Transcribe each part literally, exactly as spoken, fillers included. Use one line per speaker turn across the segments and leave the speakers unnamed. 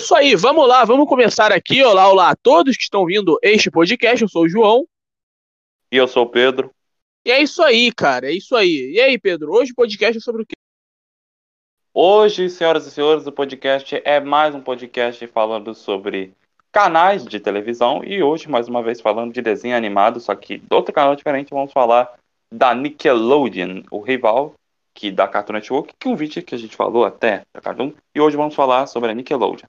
isso aí, vamos lá, vamos começar aqui. Olá, olá a todos que estão ouvindo este podcast. Eu sou o João.
E eu sou o Pedro.
E é isso aí, cara, é isso aí. E aí, Pedro, hoje o podcast é sobre o quê?
Hoje, senhoras e senhores, o podcast é mais um podcast falando sobre canais de televisão. E hoje, mais uma vez, falando de desenho animado, só que de outro canal diferente, vamos falar da Nickelodeon, o rival que da Cartoon Network, que é um vídeo que a gente falou até da Cartoon. E hoje vamos falar sobre a Nickelodeon.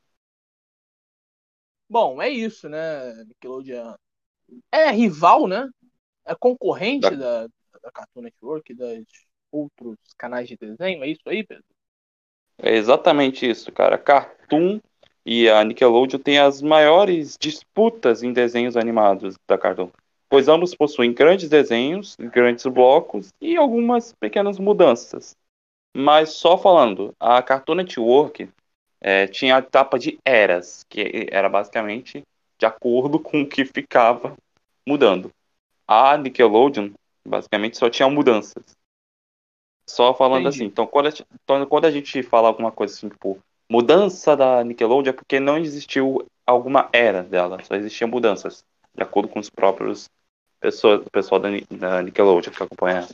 Bom, é isso, né? Nickelodeon é rival, né? É concorrente
Da-
da, da Cartoon Network, dos outros canais de desenho. É isso aí, Pedro?
É exatamente isso, cara. Cartoon e a Nickelodeon têm as maiores disputas em desenhos animados da Cartoon, pois ambos possuem grandes desenhos, grandes blocos e algumas pequenas mudanças. Mas só falando, a Cartoon Network é, tinha a etapa de eras, que era basicamente de acordo com o que ficava mudando. A Nickelodeon basicamente só tinha mudanças. Só falando assim,
Entendi.
então quando a, gente- então, quando a gente fala alguma coisa assim, tipo, mudança da Nickelodeon, é porque não existiu alguma era dela, só existiam mudanças, de acordo com os próprios pessoas, o pessoal da, Ni- da Nickelodeon que acompanha.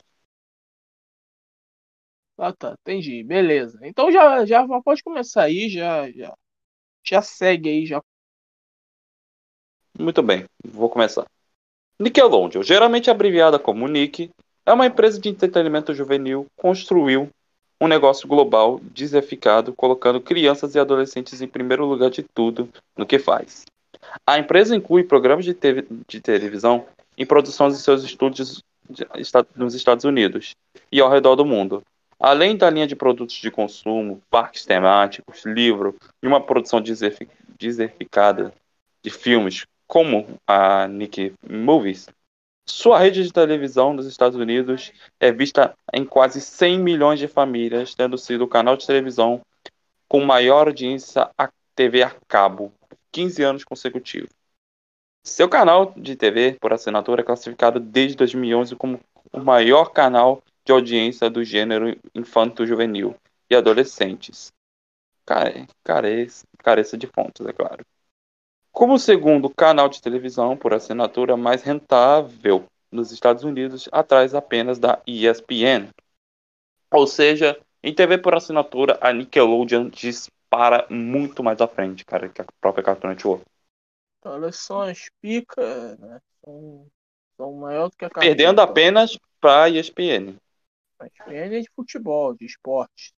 Ah, tá, entendi. Beleza. Então já, já pode começar aí, já, já, já segue aí, já.
Muito bem, vou começar. Nickelodeon, geralmente abreviada como Nick, é uma empresa de entretenimento juvenil, construiu um negócio global desafiado, colocando crianças e adolescentes em primeiro lugar de tudo no que faz. A empresa inclui programas de, te- de televisão em produção de seus estúdios de- esta- nos Estados Unidos e ao redor do mundo, além da linha de produtos de consumo, parques temáticos, livro e uma produção diserfi- diversificada de filmes, como a Nick Movies. Sua rede de televisão nos Estados Unidos é vista em quase cem milhões de famílias, tendo sido o canal de televisão com maior audiência a T V a cabo, quinze anos consecutivos. Seu canal de T V por assinatura é classificado desde dois mil e onze como o maior canal de audiência do gênero infanto-juvenil e adolescentes. Care- carece, careça de fontes, é claro. Como o segundo canal de televisão por assinatura mais rentável nos Estados Unidos, atrás apenas da E S P N. Ou seja, em T V por assinatura, a Nickelodeon dispara muito mais à frente, cara, que a própria Cartoon Network.
Então, elas são as picas, né? São, são maior do que a Cartoon,
Perdendo
então.
apenas para a E S P N.
A E S P N é de futebol, de esporte.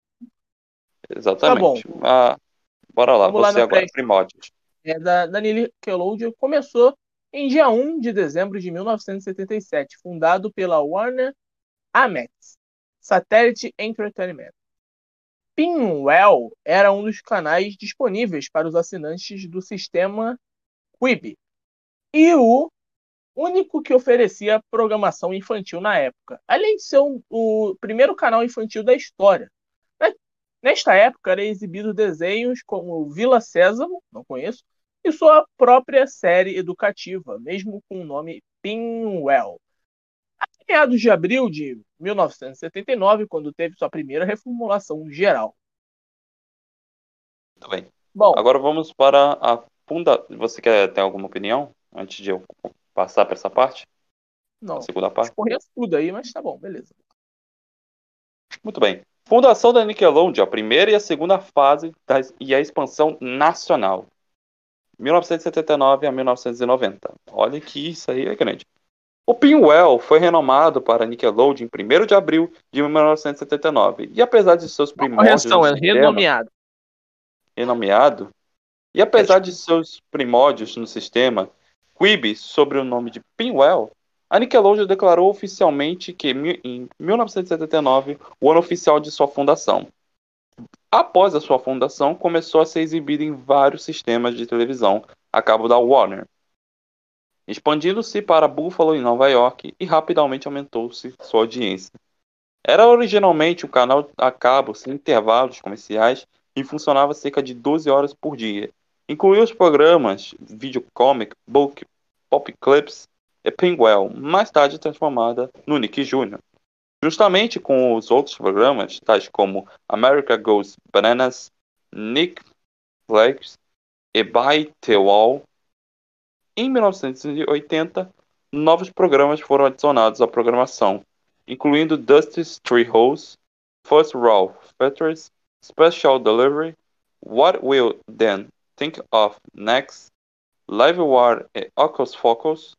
Tá bom,
Exatamente. Ah, bora lá,
vamos lá
você
na
agora,
pré
primórdios.
é da, da Nickelodeon. Começou em dia um de dezembro de mil novecentos e setenta e sete, fundado pela Warner Amex, Satellite Entertainment. Pinwheel era um dos canais disponíveis para os assinantes do sistema Quibi e o único que oferecia programação infantil na época, além de ser um, o primeiro canal infantil da história. Nesta época, eram exibidos desenhos como Vila Sésamo, não conheço, e sua própria série educativa, mesmo com o nome Pinwheel. Em meados de abril de mil novecentos e setenta e nove, quando teve sua primeira reformulação geral.
Muito bem.
Bom,
Agora vamos para a funda. Você quer ter alguma opinião antes de eu passar para essa parte? A
não,
segunda parte?
escorreu tudo aí, mas tá bom, beleza.
Muito bem. Fundação da Nickelodeon, a primeira e a segunda fase das, e a expansão nacional. mil novecentos e setenta e nove a mil novecentos e noventa. Olha que isso aí é grande. O Pinwheel foi renomado para Nickelodeon em primeiro de abril de mil novecentos e setenta e nove. E nove. E apesar de seus
Uma
primórdios no
correção, é
sistema,
renomeado.
renomeado, e
É,
apesar de
desculpa.
seus primórdios no sistema, Quibi, sobre o nome de Pinwheel, a Nickelodeon declarou oficialmente que em mil novecentos e setenta e nove, o ano oficial de sua fundação. Após a sua fundação, começou a ser exibido em vários sistemas de televisão a cabo da Warner, expandindo-se para Buffalo em Nova York e rapidamente aumentou-se sua audiência. Era originalmente um canal a cabo sem intervalos comerciais e funcionava cerca de doze horas por dia. Incluía os programas Video Comic, Book, Pop Clips e Pinwheel, mais tarde transformada no Nick Júnior Justamente com os outros programas, tais como America Goes Bananas, Nick Flags e By the Wall. Em mil novecentos e oitenta, novos programas foram adicionados à programação, incluindo Dusty's Treehouse, First Raw Features, Special Delivery, What Will Then Think of Next, Live War e Hocus Focus.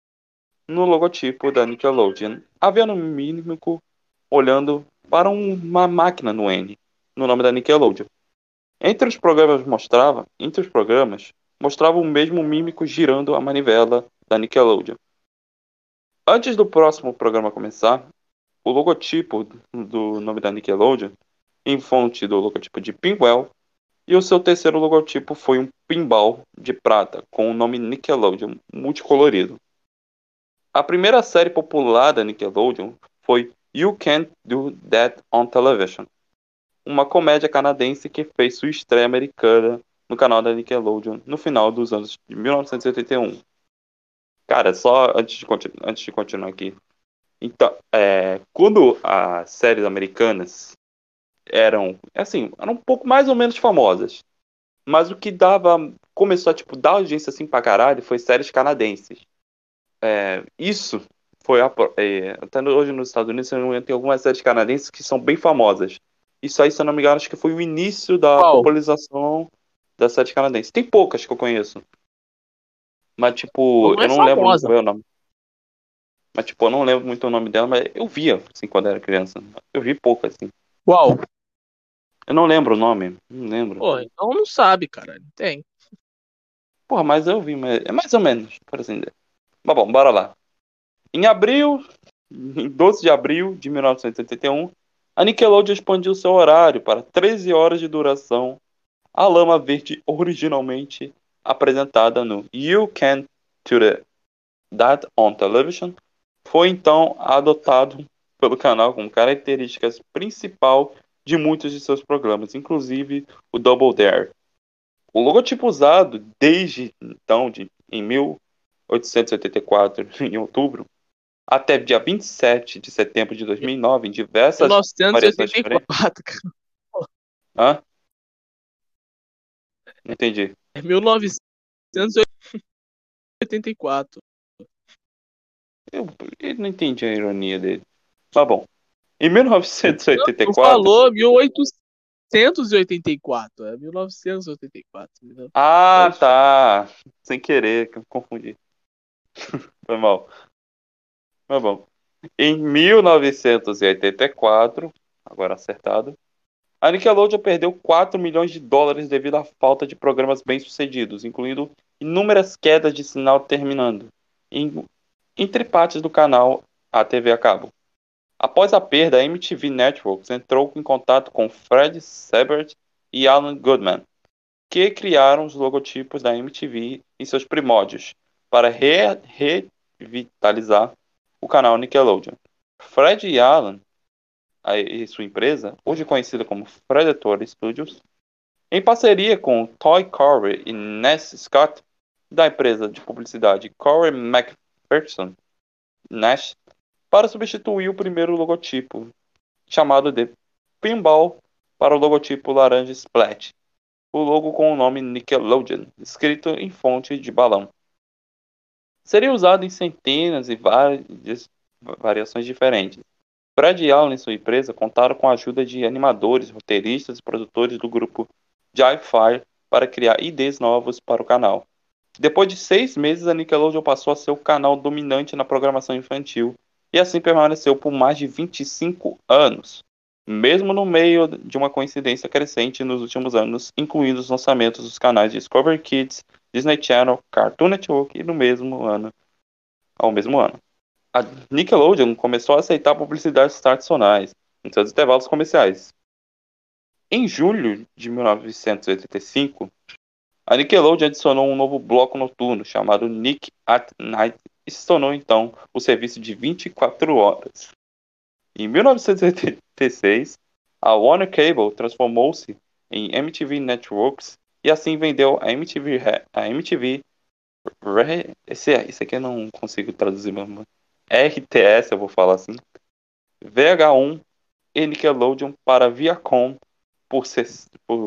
No logotipo da Nickelodeon, havia no mímico olhando para um- uma máquina no N, no nome da Nickelodeon. Entre os programas mostrava, entre os programas, mostrava o mesmo mímico girando a manivela da Nickelodeon. Antes do próximo programa começar, o logotipo do nome da Nickelodeon, em fonte do logotipo de Pinwheel, e o seu terceiro logotipo foi um pinball de prata com o nome Nickelodeon multicolorido. A primeira série popular da Nickelodeon foi You Can't Do That on Television, uma comédia canadense que fez sua estreia americana no canal da Nickelodeon no final dos anos de mil novecentos e oitenta e um. Cara, só antes de, continu- antes de continuar aqui. Então, é, quando as séries americanas eram, assim, eram um pouco mais ou menos famosas, mas o que dava, começou a, tipo, dar audiência assim pra caralho foi séries canadenses. É, isso foi, a- é, até hoje nos Estados Unidos, se eu não me engano, tem algumas séries canadenses que são bem famosas. Isso aí, se eu não me engano, acho que foi o início da
Qual?
popularização das séries canadenses. Tem poucas que eu conheço, mas, tipo,
Não
eu
é
não lembro muito
famosa.
bem o nome. Mas, tipo, eu não lembro muito o nome dela, mas eu via, assim, quando era criança. Eu vi pouco, assim.
Qual?
Eu não lembro o nome, não lembro.
Pô, então não sabe, cara. Tem.
Porra, mas eu vi, mas é mais ou menos, por assim dizer. Mas bom, bora lá. Em abril, em doze de abril de mil novecentos e oitenta e um, a Nickelodeon expandiu seu horário para treze horas de duração. A Lama Verde, originalmente apresentada no You Can't Do That on Television, foi então adotado pelo canal como características principal de muitos de seus programas, inclusive o Double Dare. O logotipo usado desde então, de, em mil oitocentos e oitenta e quatro, em outubro, até dia vinte e sete de setembro de dois mil e nove, em diversas variações diferentes.
mil novecentos e oitenta e quatro, cara.
Hã? Não entendi.
É mil novecentos e oitenta e quatro.
Eu, eu não entendi a ironia dele. Mas bom, em
Não, tu
mil novecentos e oitenta e quatro.
falou mil oitocentos e oitenta e quatro. É mil novecentos e oitenta e quatro. Entendeu?
Ah,
Pode falar.
tá. Sem querer, que eu confundi. Foi mal. Mas bom. Em mil novecentos e oitenta e quatro, agora acertado, a Nickelodeon perdeu quatro milhões de dólares devido à falta de programas bem-sucedidos, incluindo inúmeras quedas de sinal terminando em, entre partes do canal a T V a cabo. Após a perda, a M T V Networks entrou em contato com Fred Sebert e Alan Goodman, que criaram os logotipos da M T V em seus primórdios, para re- revitalizar o canal Nickelodeon. Fred e Alan, a- e sua empresa, hoje conhecida como Predator Studios, em parceria com Toy Corey e Ness Scott, da empresa de publicidade Corey McPherson Nash, para substituir o primeiro logotipo, chamado de Pinball, para o logotipo laranja Splat, o logo com o nome Nickelodeon, escrito em fonte de balão. Seria usado em centenas e várias variações diferentes. Fred e Alan e sua empresa contaram com a ajuda de animadores, roteiristas e produtores do grupo Jive Fire para criar I Ds novos para o canal. Depois de seis meses, a Nickelodeon passou a ser o canal dominante na programação infantil e assim permaneceu por mais de vinte e cinco anos, mesmo no meio de uma coincidência crescente nos últimos anos, incluindo os lançamentos dos canais Discovery Kids, Disney Channel, Cartoon Network e no mesmo ano, ao mesmo ano. A Nickelodeon começou a aceitar publicidades tradicionais em seus intervalos comerciais. Em julho de mil novecentos e oitenta e cinco, a Nickelodeon adicionou um novo bloco noturno chamado Nick at Night e se tornou então o serviço de vinte e quatro horas. Em mil novecentos e oitenta e seis, a Warner Cable transformou-se em M T V Networks e assim vendeu a M T V, Re- a M T V Re- esse, esse aqui eu não consigo traduzir mesmo. R T S, eu vou falar assim. V H um e Nickelodeon para Viacom por, ses- por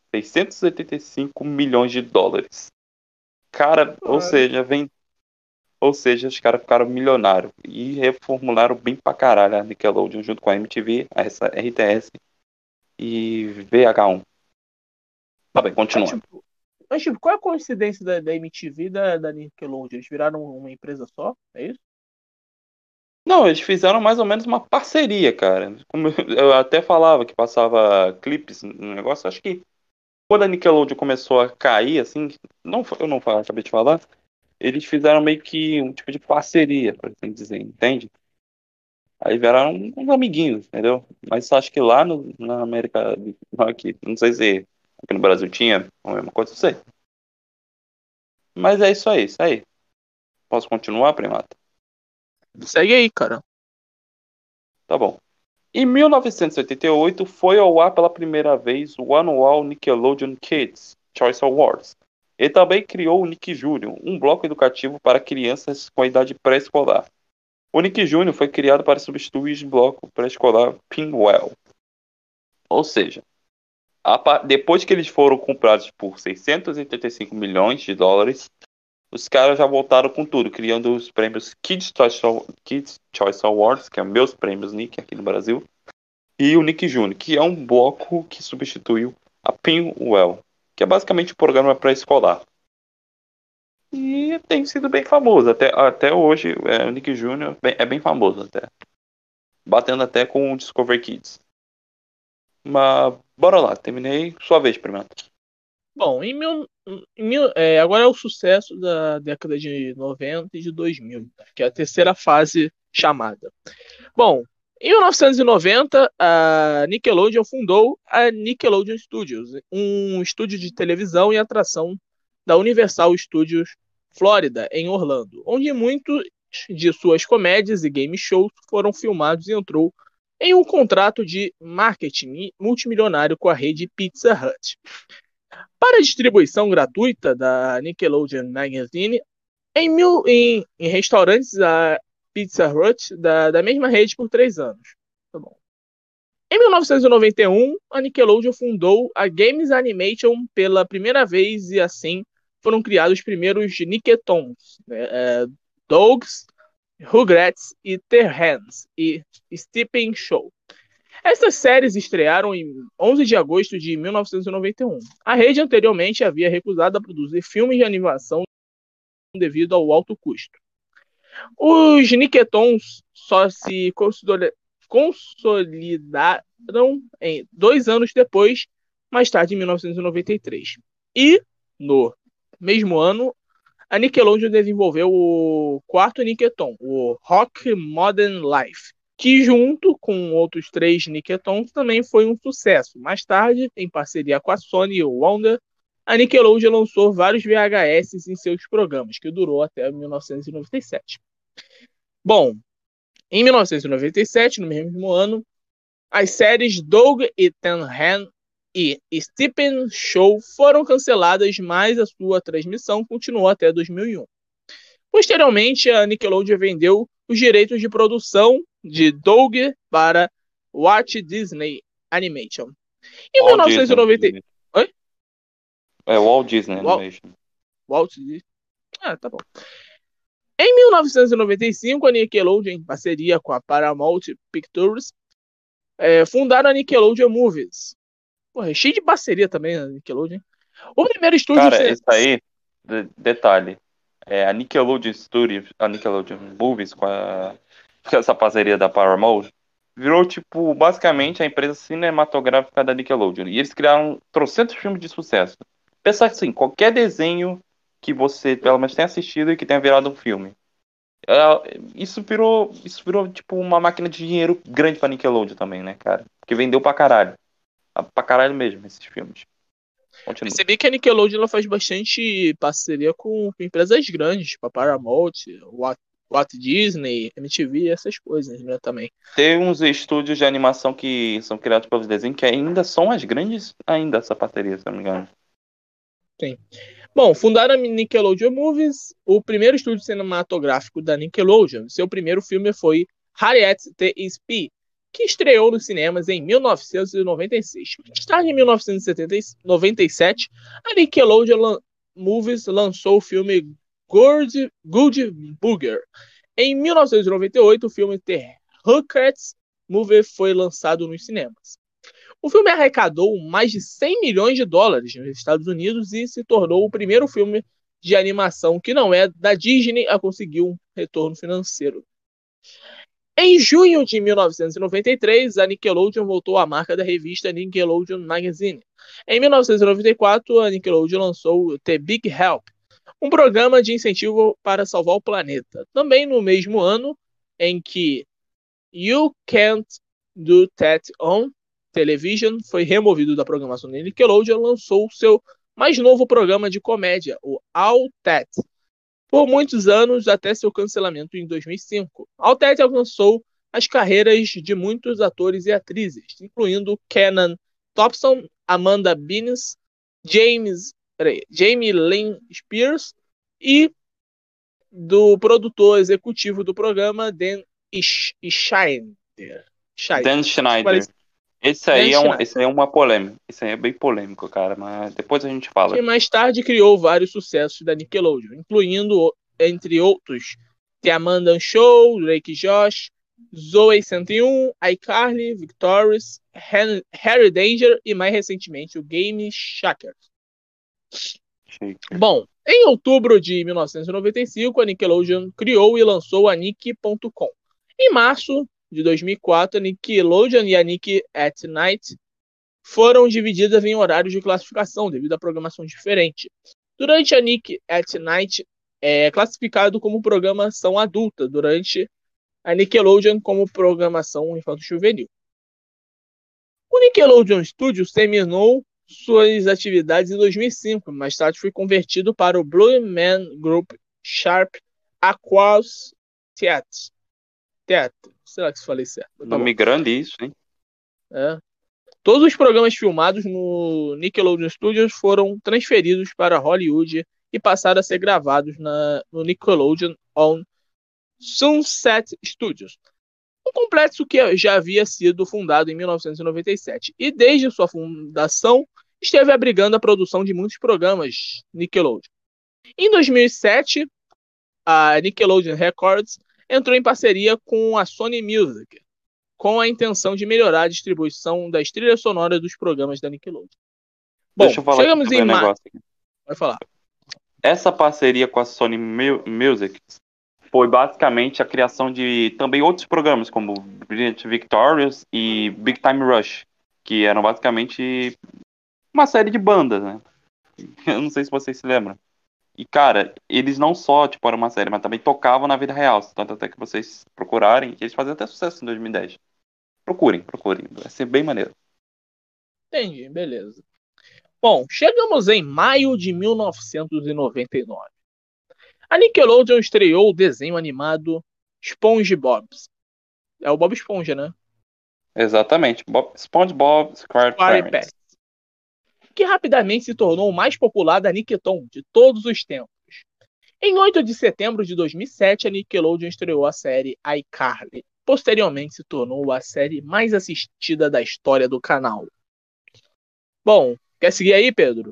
seiscentos e oitenta e cinco milhões de dólares. Cara, ou seja, vem, ou seja, os caras ficaram milionários e reformularam bem pra caralho a Nickelodeon junto com a M T V, a R T S e V H um. Tá bem,
Mas,
continuando.
tipo, mas, tipo, qual é a coincidência da, da M T V e da, da Nickelodeon? Eles viraram uma empresa só? É isso?
Não, eles fizeram mais ou menos uma parceria, cara. Como eu até falava que passava clipes no negócio, acho que quando a Nickelodeon começou a cair, assim, não, eu não falo, acabei de falar, eles fizeram meio que um tipo de parceria, por assim dizer, entende? Aí viraram uns amiguinhos, entendeu? Mas acho que lá no, na América, não aqui, não sei se aqui no Brasil tinha a mesma coisa, não sei. Mas é isso aí, isso aí. Posso continuar, primata?
Segue aí, cara.
Tá bom. Em mil novecentos e oitenta e oito, foi ao ar pela primeira vez o anual Nickelodeon Kids Choice Awards. Ele também criou o Nick Júnior, um bloco educativo para crianças com a idade pré-escolar. O Nick Júnior foi criado para substituir o bloco pré-escolar Pinwheel. Ou seja, a pa- depois que eles foram comprados por seiscentos e oitenta e cinco milhões de dólares, os caras já voltaram com tudo, criando os prêmios Kids Choice, Kids Choice Awards, que é meus prêmios Nick aqui no Brasil, e o Nick Júnior, que é um bloco que substituiu a Pinwheel, que é basicamente um programa pré-escolar. E tem sido bem famoso, até, até hoje é, o Nick Júnior bem- é bem famoso até. Batendo até com o Discovery Kids. Mas bora lá, terminei. Sua vez, primeiro.
Bom, em mil, em mil, é, agora é o sucesso da década de noventa e de dois mil, que é a terceira fase chamada. Bom, em mil novecentos e noventa, a Nickelodeon fundou a Nickelodeon Studios, um estúdio de televisão e atração da Universal Studios Florida, em Orlando, onde muitos de suas comédias e game shows foram filmados e entrou em um contrato de marketing multimilionário com a rede Pizza Hut. Para a distribuição gratuita da Nickelodeon Magazine em, mil, em, em restaurantes da Pizza Hut da, da mesma rede por três anos. Tá bom. Em mil novecentos e noventa e um, a Nickelodeon fundou a Games Animation pela primeira vez e assim foram criados os primeiros Nicketons, né? é, Dogs, Rugrats e Terrans e Stephen Show. Essas séries estrearam em onze de agosto de mil novecentos e noventa e um. A rede anteriormente havia recusado a produzir filmes de animação devido ao alto custo. Os Nicketons só se consolidaram em dois anos depois, mais tarde, em mil novecentos e noventa e três. E, no mesmo ano, a Nickelodeon desenvolveu o quarto Nicketon, o Rock Modern Life, que junto com outros três Nicketons também foi um sucesso. Mais tarde, em parceria com a Sony e o Wonder, a Nickelodeon lançou vários V H S em seus programas, que durou até mil novecentos e noventa e sete. Bom, em mil novecentos e noventa e sete, no mesmo ano, as séries Doug e Tenhan e Stephen Show foram canceladas, mas a sua transmissão continuou até dois mil e um. Posteriormente, a Nickelodeon vendeu os direitos de produção de Doug para Walt Disney Animation. Em
Walt
mil novecentos e noventa...
Disney.
Oi?
É Walt Disney
Walt...
Animation.
Walt Disney. Ah, tá bom. Em mil novecentos e noventa e cinco, a Nickelodeon, em parceria com a Paramount Pictures, é, fundaram a Nickelodeon Movies. Porra, é cheio de parceria também a Nickelodeon. O primeiro estúdio...
Cara, isso aí, de- detalhe, é a Nickelodeon Studios, a Nickelodeon Movies com, a, com essa parceria da Paramount, virou, tipo, basicamente a empresa cinematográfica da Nickelodeon. E eles criaram trocentos filmes de sucesso. Pensa assim, qualquer desenho que você, pelo menos, tenha assistido e que tenha virado um filme. É, isso virou, isso virou, tipo, uma máquina de dinheiro grande pra Nickelodeon também, né, cara? Porque vendeu pra caralho. Pra caralho mesmo, esses filmes. Continua.
Percebi que a Nickelodeon ela faz bastante parceria com, com empresas grandes, tipo a Paramount, Walt, Walt Disney, M T V, essas coisas, né, também.
Tem uns estúdios de animação que são criados pelos desenhos que ainda são as grandes ainda essa parceria, se não me engano.
Sim. Bom, fundaram a Nickelodeon Movies, o primeiro estúdio cinematográfico da Nickelodeon. Seu primeiro filme foi Harriet the Spy, que estreou nos cinemas em mil novecentos e noventa e seis. Mais tarde, em mil novecentos e noventa e sete, a Nickelodeon Movies lançou o filme Good, Good Burger. Em mil novecentos e noventa e oito, o filme The Rugrats Movie foi lançado nos cinemas. O filme arrecadou mais de cem milhões de dólares nos Estados Unidos e se tornou o primeiro filme de animação que não é da Disney a conseguir um retorno financeiro. Em junho de mil novecentos e noventa e três, a Nickelodeon voltou à marca da revista Nickelodeon Magazine. Em mil novecentos e noventa e quatro, a Nickelodeon lançou The Big Help, um programa de incentivo para salvar o planeta. Também no mesmo ano em que You Can't Do That on Television foi removido da programação da Nickelodeon, lançou seu mais novo programa de comédia, o All That, por muitos anos até seu cancelamento em dois mil e cinco. All That alcançou as carreiras de muitos atores e atrizes, incluindo Kenan Thompson, Amanda Bynes, James, peraí, Jamie Lynn Spears e do produtor executivo do programa, Dan Schneider.
Dan Schneider. Esse aí, é um, esse aí é uma polêmica. Esse aí é bem polêmico, cara, mas depois a gente fala.
Que mais tarde criou vários sucessos da Nickelodeon, incluindo, entre outros, The Amanda Show, Drake e Josh, Zoey cento e um, iCarly, Victorious, Harry Danger e, mais recentemente, o Game Shakers. Bom, em outubro de mil novecentos e noventa e cinco, a Nickelodeon criou e lançou a Nick ponto com. Em março de dois mil e quatro, a Nickelodeon e a Nick at Night foram divididas em horários de classificação, devido à programação diferente. Durante a Nick at Night, é classificado como programação adulta, durante a Nickelodeon como programação infanto-juvenil. O Nickelodeon Studios terminou suas atividades em dois mil e cinco, mais tarde foi convertido para o Blue Man Group Sharp Aquas Theatre. Theatre. Será que se falei certo? Tá
Nome bom. Grande isso, hein?
É. Todos os programas filmados no Nickelodeon Studios foram transferidos para Hollywood e passaram a ser gravados na, no Nickelodeon on Sunset Studios, um complexo que já havia sido fundado em mil novecentos e noventa e sete e desde sua fundação esteve abrigando a produção de muitos programas Nickelodeon. Em dois mil e sete, a Nickelodeon Records entrou em parceria com a Sony Music, com a intenção de melhorar a distribuição das trilhas sonoras dos programas da Nickelodeon. Bom,
Deixa eu falar
chegamos em
um negócio aqui.
Vai falar.
Essa parceria com a Sony Music foi basicamente a criação de também outros programas, como Brilliant Victorious e Big Time Rush, que eram basicamente uma série de bandas, né? Eu não sei se vocês se lembram. E, cara, eles não só, tipo, eram uma série, mas também tocavam na vida real. Tanto até que vocês procurarem, que eles faziam até sucesso em dois mil e dez. Procurem, procurem. Vai ser bem maneiro.
Entendi, beleza. Bom, chegamos em maio de mil novecentos e noventa e nove. A Nickelodeon estreou o desenho animado SpongeBob. É o Bob Esponja, né?
Exatamente. Bob, SpongeBob SquarePants.
Que rapidamente se tornou o mais popular da Nicktoon de todos os tempos. Em oito de setembro de dois mil e sete, a Nickelodeon estreou a série iCarly. Posteriormente se tornou a série mais assistida da história do canal. Bom, quer seguir aí, Pedro?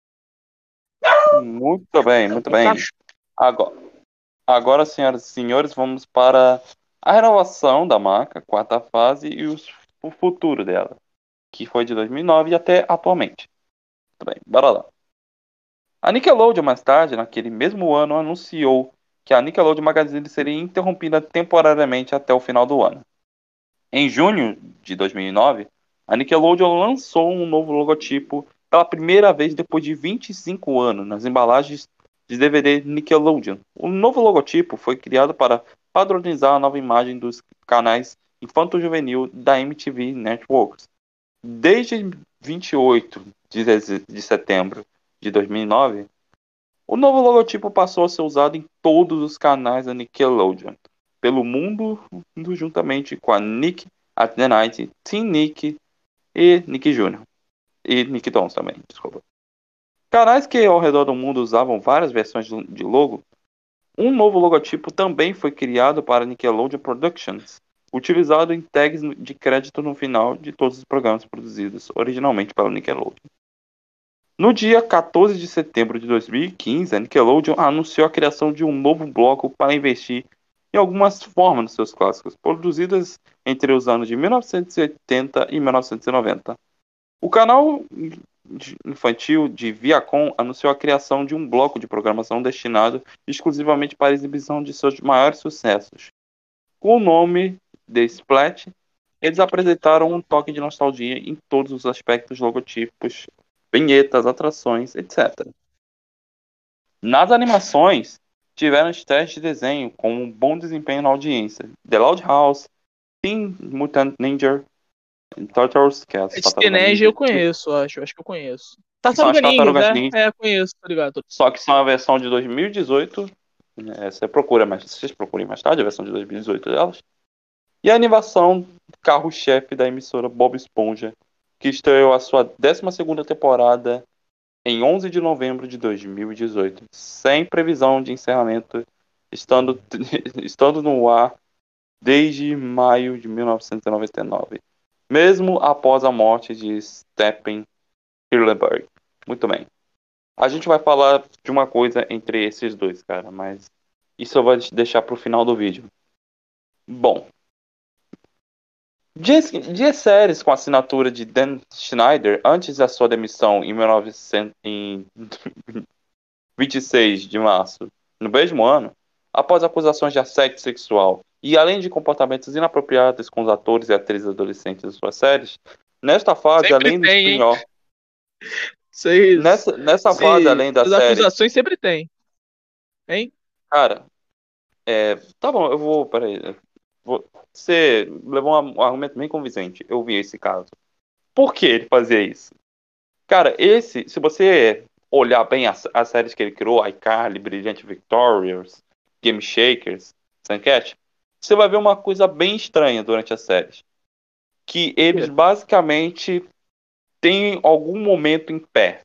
Muito bem, muito bem. Agora, agora, senhoras e senhores, vamos para a renovação da marca, quarta fase, e os, o futuro dela, que foi de dois mil e nove até atualmente. Muito bem, bora lá. A Nickelodeon, mais tarde, naquele mesmo ano, anunciou que a Nickelodeon Magazine seria interrompida temporariamente até o final do ano. Em junho de dois mil e nove, a Nickelodeon lançou um novo logotipo pela primeira vez depois de vinte e cinco anos nas embalagens de D V D Nickelodeon. O novo logotipo foi criado para padronizar a nova imagem dos canais infanto-juvenil da M T V Networks. Desde vinte e oito de setembro de dois mil e nove, o novo logotipo passou a ser usado em todos os canais da Nickelodeon pelo mundo, juntamente com a Nick at the Night, Teen Nick e Nick Júnior E Nicktoons também, desculpa. Canais que ao redor do mundo usavam várias versões de logo. Um novo logotipo também foi criado para Nickelodeon Productions, utilizado em tags de crédito no final de todos os programas produzidos originalmente pela Nickelodeon. No dia quatorze de setembro de dois mil e quinze, a Nickelodeon anunciou a criação de um novo bloco para investir em algumas formas dos seus clássicos, produzidas entre os anos de mil novecentos e oitenta e mil novecentos e noventa. O canal infantil de Viacom anunciou a criação de um bloco de programação destinado exclusivamente para a exibição de seus maiores sucessos. Com o nome The Splat, eles apresentaram um toque de nostalgia em todos os aspectos, logotipos, vinhetas, atrações, etcétera. Nas animações, tiveram testes de desenho com um bom desempenho na audiência. The Loud House, Teen Mutant Ninja, Turtles, que é as
Esse Ninja eu conheço, acho. Acho que eu conheço. Tartaruga Ninja, né? É, conheço, tá ligado?
Só que são a versão de dois mil e dezoito. É, você procura mais, vocês procurem mais tarde a versão de dois mil e dezoito delas. E a animação carro-chefe da emissora Bob Esponja, que estreou a sua décima segunda temporada em onze de novembro de dois mil e dezoito, sem previsão de encerramento, estando, estando no ar desde maio de mil novecentos e noventa e nove, mesmo após a morte de Stephen Hillenburg. Muito bem. A gente vai falar de uma coisa entre esses dois, cara, mas isso eu vou deixar pro final do vídeo. Bom, de, de séries com assinatura de Dan Schneider, antes da sua demissão em, mil novecentos, em vinte e seis de março, no mesmo ano, após acusações de assédio sexual e além de comportamentos inapropriados com os atores e atrizes adolescentes de suas séries, nesta fase,
sempre
além do
tem,
spin-off...
Vocês,
nessa nessa fase, além da
as
série...
As acusações sempre tem. Hein?
Cara, é, tá bom, eu vou... Peraí. Vou, você levou um argumento bem convincente. Eu vi esse caso. Por que ele fazia isso? Cara, esse... Se você olhar bem as, as séries que ele criou, iCarly, Brilliant Victorious, Game Shakers, Suncat, você vai ver uma coisa bem estranha durante as séries. Que eles basicamente têm algum momento em pé.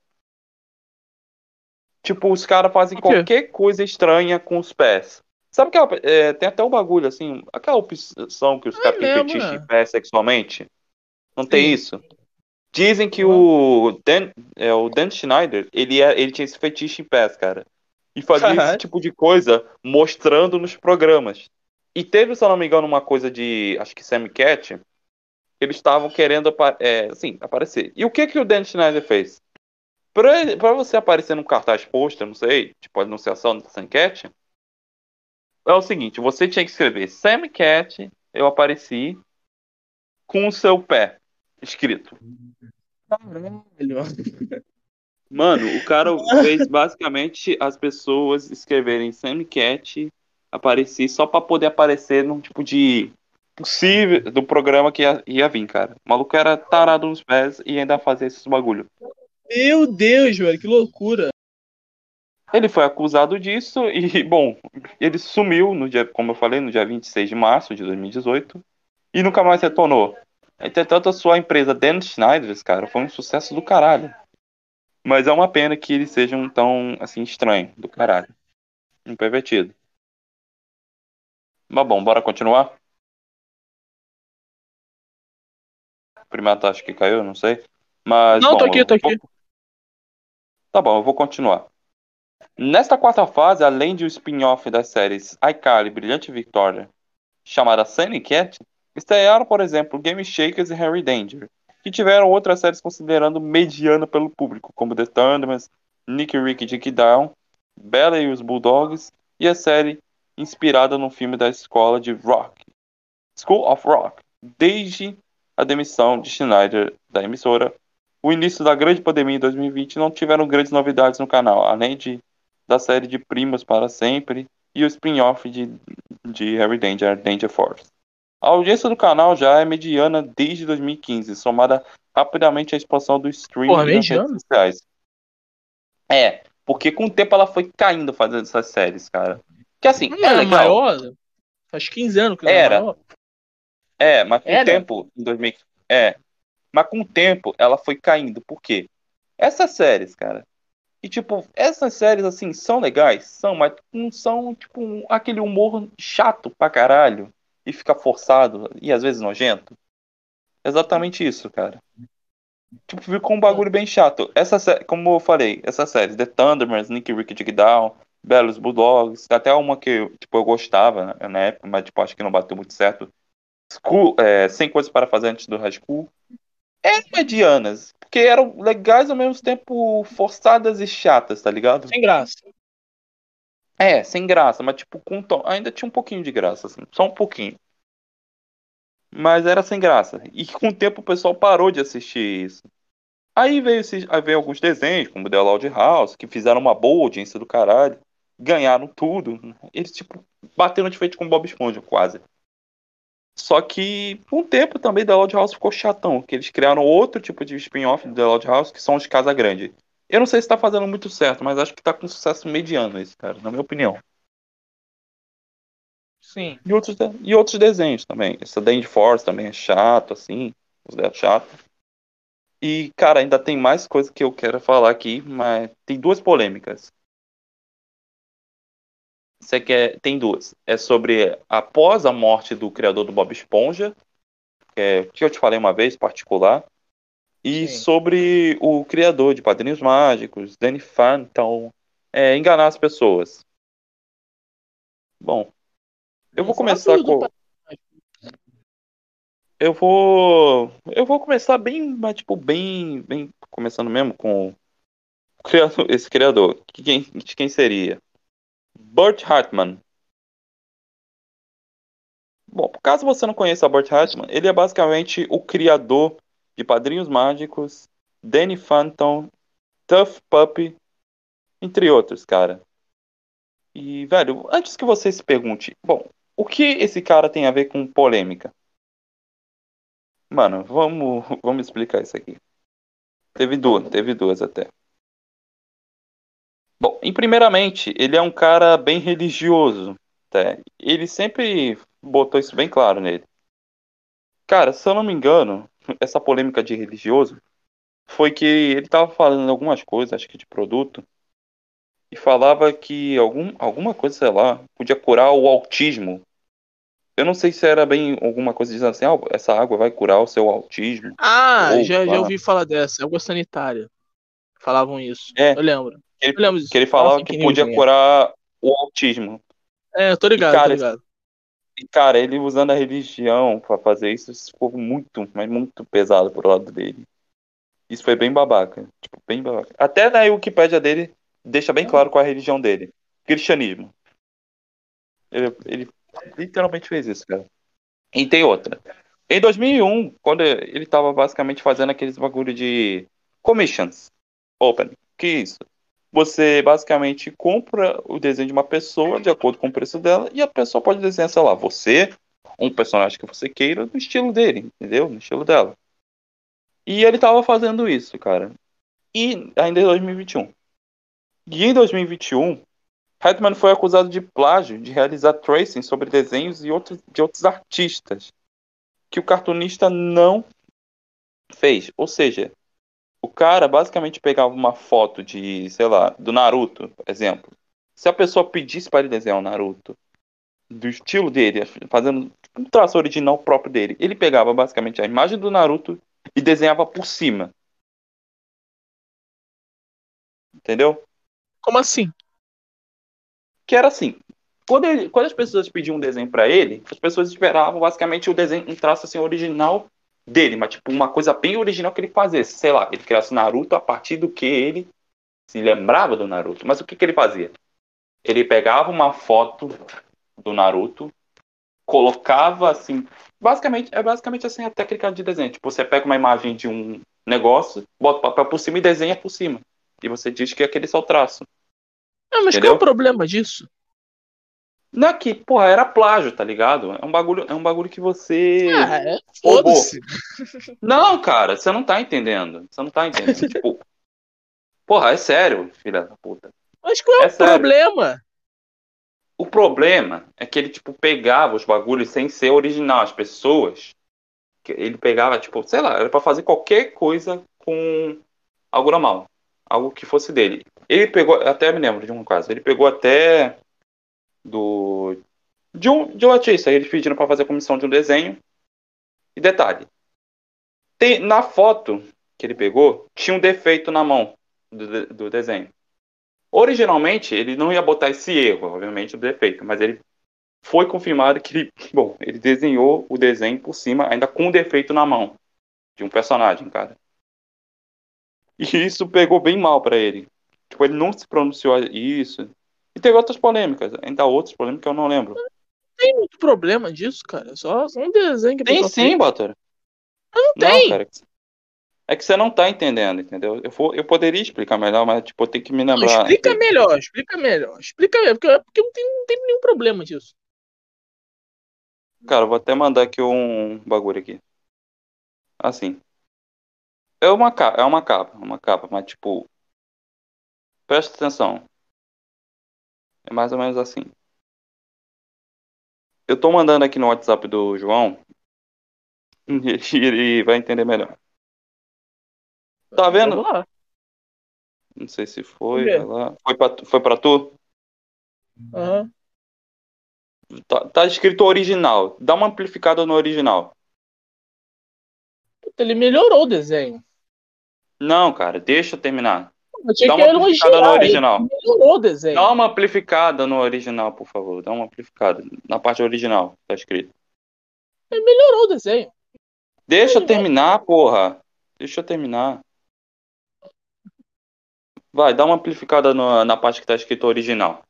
Tipo, os caras fazem qualquer coisa estranha com os pés. Sabe que é, tem até um bagulho assim, aquela opção que os
É
caras têm
mesmo,
fetiche
né?
em pé sexualmente? Não
Sim.
tem isso? Dizem que
Uhum.
o Dan, é, o Dan Schneider, ele, é, ele tinha esse fetiche em pés, cara. E fazia esse tipo de coisa mostrando nos programas. E teve, se eu não me engano, uma coisa de, acho que Sam Cat, eles estavam querendo é, assim, aparecer. E o que que o Dan Schneider fez? Pra, pra você aparecer num cartaz pôster, não sei, tipo anunciação da Sam Cat, é o seguinte, você tinha que escrever Sam Cat, eu apareci com o seu pé escrito.
Caralho.
Mano, o cara fez basicamente as pessoas escreverem Sam Cat, apareci só pra poder aparecer num tipo de possível do programa que ia, ia vir, cara. O maluco era tarado nos pés e ainda fazia esses bagulho.
Meu Deus, velho, que loucura.
Ele foi acusado disso e, bom, ele sumiu no dia, como eu falei, no dia vinte e seis de março de dois mil e dezoito e nunca mais retornou. Entretanto, a sua empresa Dan Schneider, cara, foi um sucesso do caralho. Mas é uma pena que eles sejam tão, assim, estranho do caralho. Um pervertido. Mas bom, bora continuar? Primeiro acho que caiu, não sei. Mas,
Não, tô
bom,
aqui, tô
eu vou...
aqui.
Tá bom, eu vou continuar. Nesta quarta fase, além de um spin-off das séries iCarly, Brilhante Victoria, chamada Sunny Cat, estrearam, por exemplo, Game Shakers e Harry Danger, que tiveram outras séries considerando mediana pelo público, como The Thundermans, Nicky Ricky Dicky Down, Bella e os Bulldogs, e a série inspirada no filme da escola de rock, School of Rock. Desde a demissão de Schneider da emissora, o início da grande pandemia em dois mil e vinte não tiveram grandes novidades no canal, além de da série de Primas para Sempre e o spin-off de, de Harry Danger, Danger Force. A audiência do canal já é mediana desde dois mil e quinze, somada rapidamente à expansão do streaming
Porra,
e das redes
mediano.
sociais. É, porque com o tempo ela foi caindo fazendo essas séries, cara. Que assim,
Não
é
é
legal.
maior? Faz quinze anos que não é
Era.
maior.
É, mas com o
Era?
tempo, em dois mil, é, mas com o tempo ela foi caindo. Por quê? Essas séries, cara. E tipo, essas séries assim são legais, são, mas não são tipo um- aquele humor chato pra caralho. e fica forçado e às vezes nojento. Exatamente isso, cara. Tipo, ficou um bagulho bem chato. Essa sé- como eu falei, essa série, The Thunderbirds, Nick, Rick, Dig Down, Belos Bulldogs, até uma que tipo, eu gostava né, na época, mas tipo, acho que não bateu muito certo. School, é, cem Coisas para Fazer Antes do High School. Eram medianas, porque eram legais ao mesmo tempo forçadas e chatas, tá ligado?
Sem graça.
É, sem graça, mas tipo, com tom, ainda tinha um pouquinho de graça, assim, só um pouquinho. Mas era sem graça. E com o tempo o pessoal parou de assistir isso. Aí veio, esses, aí veio alguns desenhos, como The Loud House, que fizeram uma boa audiência do caralho, ganharam tudo. Eles, tipo, bateram de frente com o Bob Esponja, quase. Só que, com o tempo também, The Loud House ficou chatão, que eles criaram outro tipo de spin-off do The Loud House, que são os Casa Grande. Eu não sei se tá fazendo muito certo, mas acho que tá com sucesso mediano esse, cara, na minha opinião.
Sim.
E outros, de- e outros desenhos também. Esse Dandy Force também é chato, assim. Os é chato. E, cara, ainda tem mais coisa que eu quero falar aqui, mas tem duas polêmicas. Você quer... Tem duas. É sobre após a morte do criador do Bob Esponja, que, é, que eu te falei uma vez, particular, e
Sim.
sobre o criador de Padrinhos Mágicos, Danny Phantom, é, enganar as pessoas. Bom, eu vou
Vamos falar
começar
tudo, pai.
com... Eu vou... Eu vou começar bem, mas, tipo, bem... bem começando mesmo com o criador, esse criador. Que Quem, de quem seria? Burt Hartman. Bom, caso você não conheça Burt Hartman, ele é basicamente o criador de Padrinhos Mágicos, Danny Phantom, Tough Puppy, entre outros, cara. E, velho, antes que você se pergunte, bom, o que esse cara tem a ver com polêmica? Mano, vamos, vamos explicar isso aqui. Teve duas, teve duas até. Bom, em primeiramente, ele é um cara bem religioso, tá? Ele sempre botou isso bem claro nele. Cara, se eu não me engano, essa polêmica de religioso foi que ele tava falando algumas coisas, acho que de produto, e falava que algum, alguma coisa, sei lá, podia curar o autismo. Eu não sei se era bem alguma coisa dizendo assim, ah, essa água vai curar o seu autismo.
Ah,
Ou,
já, já
ah,
ouvi falar dessa. Água sanitária. Falavam isso.
é,
Eu lembro.
que ele,
Eu lembro
que
disso.
ele
Tava
falava que podia
pequenininha.
curar o autismo.
É, eu tô
E,
ligado, tô
cara,
ligado.
e, cara, ele usando a religião pra fazer isso, isso ficou muito, mas muito pesado pro lado dele. Isso foi bem babaca. Tipo, bem babaca. Até na Wikipédia dele deixa bem claro qual é a religião dele. Cristianismo. Ele, ele literalmente fez isso, cara. E tem outra. Em dois mil e um, quando ele tava basicamente fazendo aqueles bagulho de commissions open. Que isso? Você basicamente compra o desenho de uma pessoa de acordo com o preço dela e a pessoa pode desenhar, sei lá, você, um personagem que você queira, no estilo dele, entendeu? No estilo dela. E ele tava fazendo isso, cara. E ainda em dois mil e vinte e um. E em dois mil e vinte e um, Hetman foi acusado de plágio de realizar tracing sobre desenhos e outros, de outros artistas que o cartunista não fez. Ou seja, o cara basicamente pegava uma foto de, sei lá, do Naruto, por exemplo. Se a pessoa pedisse para ele desenhar o Naruto do estilo dele, fazendo um traço original próprio dele, ele pegava basicamente a imagem do Naruto e desenhava por cima. Entendeu?
Como assim?
Que era assim. Quando, ele, quando as pessoas pediam um desenho para ele, as pessoas esperavam basicamente o desenho, um traço assim original dele, mas tipo uma coisa bem original que ele fazesse. Sei lá, ele criasse Naruto a partir do que ele se lembrava do Naruto. Mas o que, que ele fazia? Ele pegava uma foto do Naruto, colocava assim. Basicamente, é basicamente assim a técnica de desenho. Tipo, você pega uma imagem de um negócio, bota o papel por cima e desenha por cima. E você diz que aquele é só o traço.
Ah, mas qual é o
Entendeu?
problema disso?
Não é que, porra, era plágio, tá ligado? É um bagulho, é um bagulho que você
Ah, é,
roubou.
foda-se.
Não, cara, você não tá entendendo. Você não tá entendendo. Tipo, porra, é sério, filha da puta.
Mas qual é
É
o
sério.
problema?
O problema é que ele, tipo, pegava os bagulhos sem ser original. As pessoas, que ele pegava, tipo, sei lá, era pra fazer qualquer coisa com algo normal. Algo que fosse dele. Ele pegou, até me lembro de um caso, ele pegou até do de um, de um artista. Eles pediram para fazer a comissão de um desenho. E detalhe, tem, na foto que ele pegou, tinha um defeito na mão do, do desenho. Originalmente, ele não ia botar esse erro, obviamente, do defeito, mas ele foi confirmado que ele, bom, ele desenhou o desenho por cima, ainda com um defeito na mão de um personagem, cara. E isso pegou bem mal pra ele. Tipo, ele não se pronunciou isso. E teve outras polêmicas, ainda outras polêmicas que eu não lembro.
Não tem muito problema disso, cara. Só, só um desenho que a
Tem
pessoa
sim,
fez.
Batora.
Mas não
Não,
tem.
cara. É que você não tá entendendo, entendeu? Eu, for, eu poderia explicar melhor, mas tipo, eu tenho que me
Não,
lembrar.
explica melhor, explica melhor. Explica melhor, porque, porque não, tem, não tem nenhum problema disso.
Cara, eu vou até mandar aqui um bagulho aqui. Assim. É uma capa, é uma capa, uma capa, mas tipo, presta atenção. É mais ou menos assim. Eu tô mandando aqui no WhatsApp do João e ele vai entender melhor. Tá
Vamos
vendo?
lá.
Não sei se
Vamos
foi, vai
ver.
lá. Foi pra, tu- foi pra tu?
Aham.
Tá, tá escrito original. Dá uma amplificada no original.
Puta, ele melhorou o desenho.
Não, cara, deixa eu terminar.
Eu tinha
Dá
que
uma amplificada no
elogiar. Ele
original.
melhorou o
Dá
desenho.
uma amplificada no original, por favor. Dá uma amplificada. Na parte original, tá escrito.
Ele melhorou o desenho.
Deixa eu
Ele
terminar, porra. Deixa eu terminar. Vai, dá uma amplificada no- na parte que tá escrito original.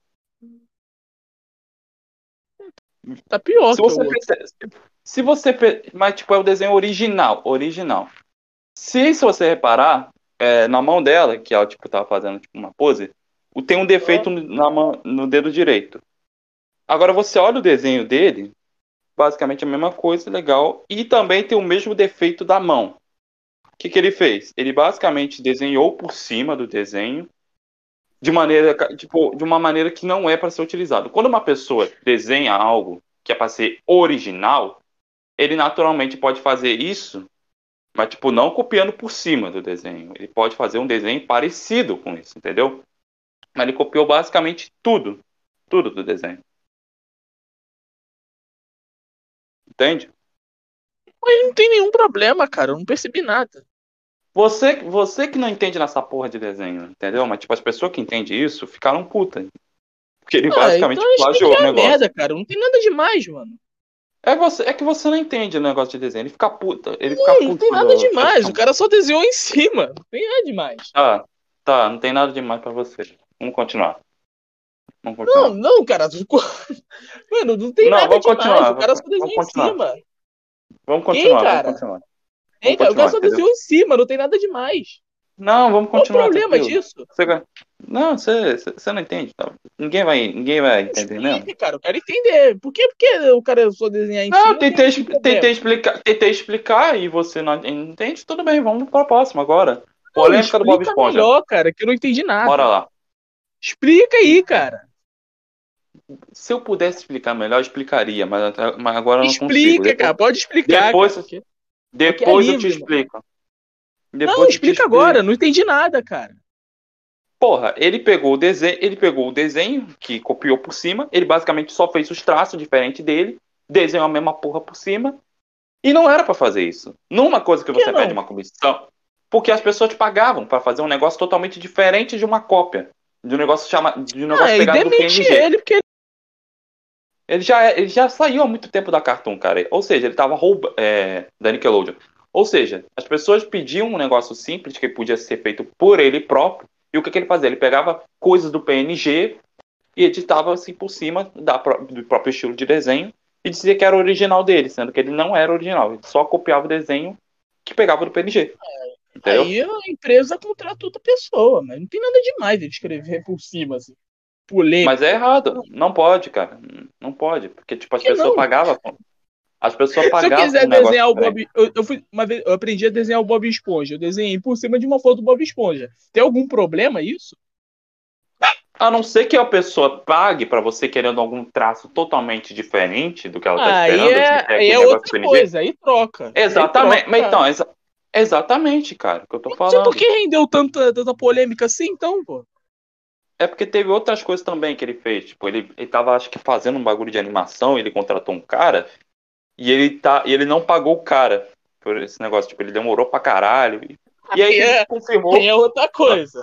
tá pior
Se
que o
você
outro.
perce- se você, pe- mas tipo é o desenho original, original. Se, se você reparar, é, na mão dela, que ela tipo tava fazendo tipo uma pose, o- tem um
Ah,
defeito na mão, no dedo direito. Agora você olha o desenho dele, basicamente a mesma coisa, legal, e também tem o mesmo defeito da mão. O que que ele fez? Ele basicamente desenhou por cima do desenho de maneira, tipo, de uma maneira que não é para ser utilizado. Quando uma pessoa desenha algo que é para ser original, ele naturalmente pode fazer isso, mas tipo não copiando por cima do desenho. Ele pode fazer um desenho parecido com isso, entendeu? Mas ele copiou basicamente tudo, tudo do desenho. Entende?
mas não tem nenhum problema, cara. Eu não percebi nada.
Você, você que não entende nessa porra de desenho, entendeu? Mas tipo as pessoas que entendem isso ficaram putas, porque ele
Ah, então
basicamente
explique
plagiou o
a
negócio.
merda, cara. Não tem nada demais, mano.
É, você, é que você não entende o negócio de desenho. Ele fica puta. Ele fica
Não, não
puto
tem
quando
nada
eu eu
demais. O
chamo.
cara só desenhou em cima. Não tem nada demais.
Tá, tá, não tem nada demais pra você. Vamos continuar. Vamos
Não,
continuar.
não, cara. Mano, não tem
Não,
nada
vamos
demais.
continuar.
O cara
Vamos
só desenhou
vamos
em
continuar.
cima.
Vamos
Quem,
continuar, vamos
cara?
continuar.
Quem,
Vamos
cara? O cara
continuar,
só
entendeu?
desenhou em cima. Não tem nada demais.
Não, vamos
Qual o
continuar,
problema
tranquilo.
disso?
Você, não, você, você você não entende. Tá? Ninguém vai, ninguém vai entender mesmo.
Explique, cara. Eu quero entender. Por que, porque o cara só desenhar em
Não, eu
cima tem
tentei,
um
expli- tentei
problema?
explicar, tentei explicar e você não entende. Tudo bem, vamos para a próxima agora.
Não,
Polêmica do Bob
explica
Esponja.
melhor, cara, que eu não entendi
Bora
nada.
lá.
Explica aí, cara.
Se eu pudesse explicar melhor, eu explicaria, mas, até- mas agora eu não consigo.
Explica,
Depois,
cara. Pode explicar, cara.
depois,
Porque, porque é
depois eu te
livre, mano.
explico.
Não,
Depois eu te
explica agora.
explico.
Eu não entendi nada, cara.
Porra, ele pegou o desenho, ele pegou o desenho que copiou por cima, ele basicamente só fez os traços diferentes dele, desenhou a mesma porra por cima, e não era pra fazer isso. Numa coisa que
Por que
você pede
não?
uma comissão, porque as pessoas te pagavam pra fazer um negócio totalmente diferente de uma cópia, de um negócio chama, de um
Ah,
negócio
e
pegado do
demite
P N G.
ele, porque
Ele já, ele já saiu há muito tempo da Cartoon, cara. Ou seja, ele tava roubando. É, da Nickelodeon. Ou seja, as pessoas pediam um negócio simples que podia ser feito por ele próprio. E o que, que ele fazia? Ele pegava coisas do P N G e editava assim por cima da, do próprio estilo de desenho e dizia que era o original dele, sendo que ele não era original. Ele só copiava o desenho que pegava do P N G. Entendeu?
aí a empresa contrata outra pessoa, mas não tem nada demais ele escrever por cima, assim.
Mas
Polêmica.
é errado. Não pode, cara. Não pode. Porque, tipo,
Por
as
que
pessoas
não?
pagavam. As pessoas
Se eu
pagavam
quiser
um negócio
desenhar o
diferente.
Bob. Eu, eu, fui, uma vez, eu aprendi a desenhar o Bob Esponja. Eu desenhei por cima de uma foto do Bob Esponja. Tem algum problema isso?
A não ser que a pessoa pague para você querendo algum traço totalmente diferente do que ela está
Aí
esperando, sem
é,
ter
aí
aquele
é
negócio do
outra
P N G.
coisa. Aí troca. Aí troca,
Exatamente. Mas
cara.
então, exa- exatamente, cara, o que eu tô
Não sei por
falando.
que rendeu tanta, tanta polêmica assim, então, pô.
É porque teve outras coisas também que ele fez. Tipo, ele, ele tava, acho que, fazendo um bagulho de animação, ele contratou um cara, e ele, tá, e ele não pagou o cara por esse negócio. Tipo, ele demorou pra caralho. E, e aí
Aí
que ele
é, aí
confirmou.
é outra coisa.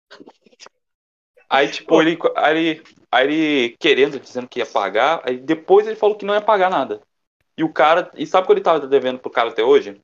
Aí, tipo,
Pô,
ele, aí, ele, aí ele querendo, dizendo que ia pagar, aí depois ele falou que não ia pagar nada. E o cara. E sabe o que ele tava devendo pro cara até hoje?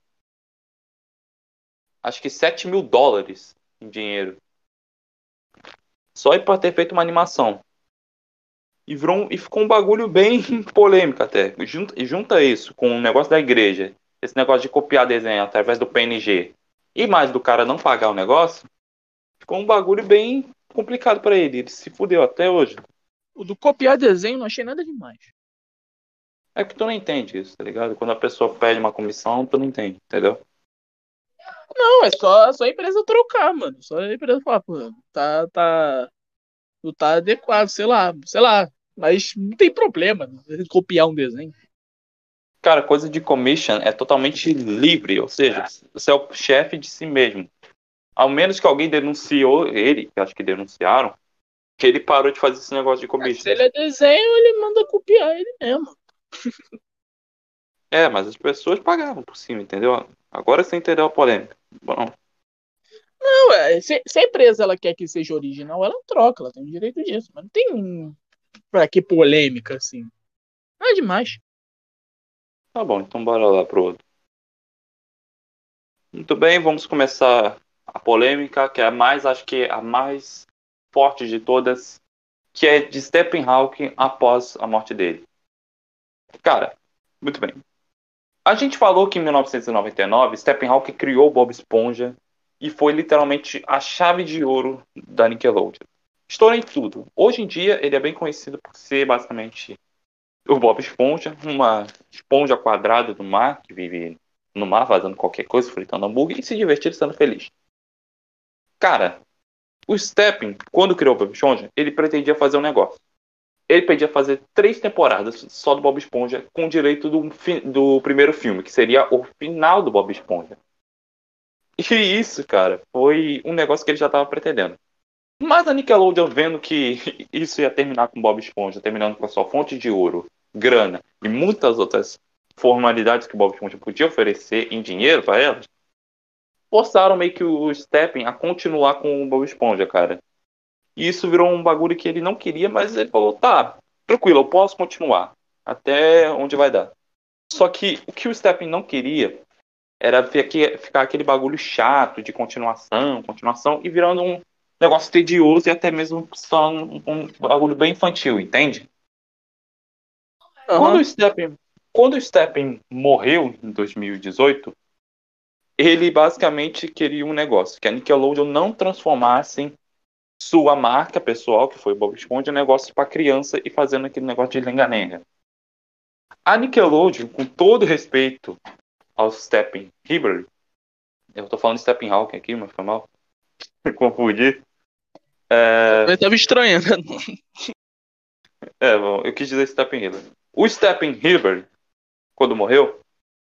Acho que sete mil dólares em dinheiro. Só ele pra ter feito uma animação. E, virou um- e ficou um bagulho bem polêmico até. E junta, e junta isso com o negócio da igreja, esse negócio de copiar desenho através do P N G, e mais do cara não pagar o negócio, ficou um bagulho bem complicado pra ele. Ele se fudeu até hoje.
o do copiar desenho não achei nada demais.
É que tu não entende isso, tá ligado? Quando a pessoa pede uma comissão, tu não entende, entendeu?
Não, é só, só a empresa trocar, mano. Só a empresa falar, pô, tá, tá, não tá adequado, sei lá, sei lá. Mas não tem problema copiar um desenho.
Cara, coisa de commission é totalmente livre, ou seja, você é o chefe de si mesmo. Ao menos que alguém denunciou ele, que acho que denunciaram, que ele parou de fazer esse negócio de
É, se
commission.
ele é desenho, ele manda copiar ele mesmo.
É, mas as pessoas pagavam por cima, entendeu? Agora você entendeu a polêmica. Bom,
Não, é, se, se a empresa ela quer que seja original, ela troca, ela tem o direito disso. Mas não tem pra que polêmica, assim. Não é demais.
tá bom, então bora lá pro outro. Muito bem, vamos começar a polêmica, que é a mais, acho que é a mais forte de todas, que é de Stephen Hawking após a morte dele. Cara, muito bem. A gente falou que em mil novecentos e noventa e nove, Stephen Hawking criou o Bob Esponja e foi literalmente a chave de ouro da Nickelodeon. Estourou em tudo. Hoje em dia, ele é bem conhecido por ser basicamente o Bob Esponja, uma esponja quadrada do mar, que vive no mar fazendo qualquer coisa, fritando hambúrguer e se divertindo estando feliz. Cara, o Stephen, quando criou o Bob Esponja, ele pretendia fazer um negócio. Ele pedia fazer três temporadas só do Bob Esponja com direito do, fi- do primeiro filme, que seria o final do Bob Esponja. E isso, cara, foi um negócio que ele já estava pretendendo. Mas a Nickelodeon, vendo que isso ia terminar com Bob Esponja, terminando com a sua fonte de ouro, grana e muitas outras formalidades que o Bob Esponja podia oferecer em dinheiro para elas, forçaram meio que o Stephen a continuar com o Bob Esponja, cara. E isso virou um bagulho que ele não queria, mas ele falou: tá, tranquilo, eu posso continuar. Até onde vai dar. Só que o que o Stephen não queria era ficar aquele bagulho chato de continuação, continuação, e virando um negócio tedioso e até mesmo só um, um bagulho bem infantil, entende? Quando
Aham.
o Stephen, quando o Stephen morreu em dois mil e dezoito, ele basicamente queria um negócio, que a Nickelodeon não transformasse sua marca pessoal, que foi o Bob Esponja, em negócio para criança e fazendo aquele negócio de lenga-lenga. A Nickelodeon, com todo respeito ao Stephen Hilary, eu tô falando de Stephen Hawking aqui, mas foi mal, confundi. É,
Eu tava estranhando.
é, bom, eu quis dizer Stephen Hilary. O Stephen Hilary, quando morreu,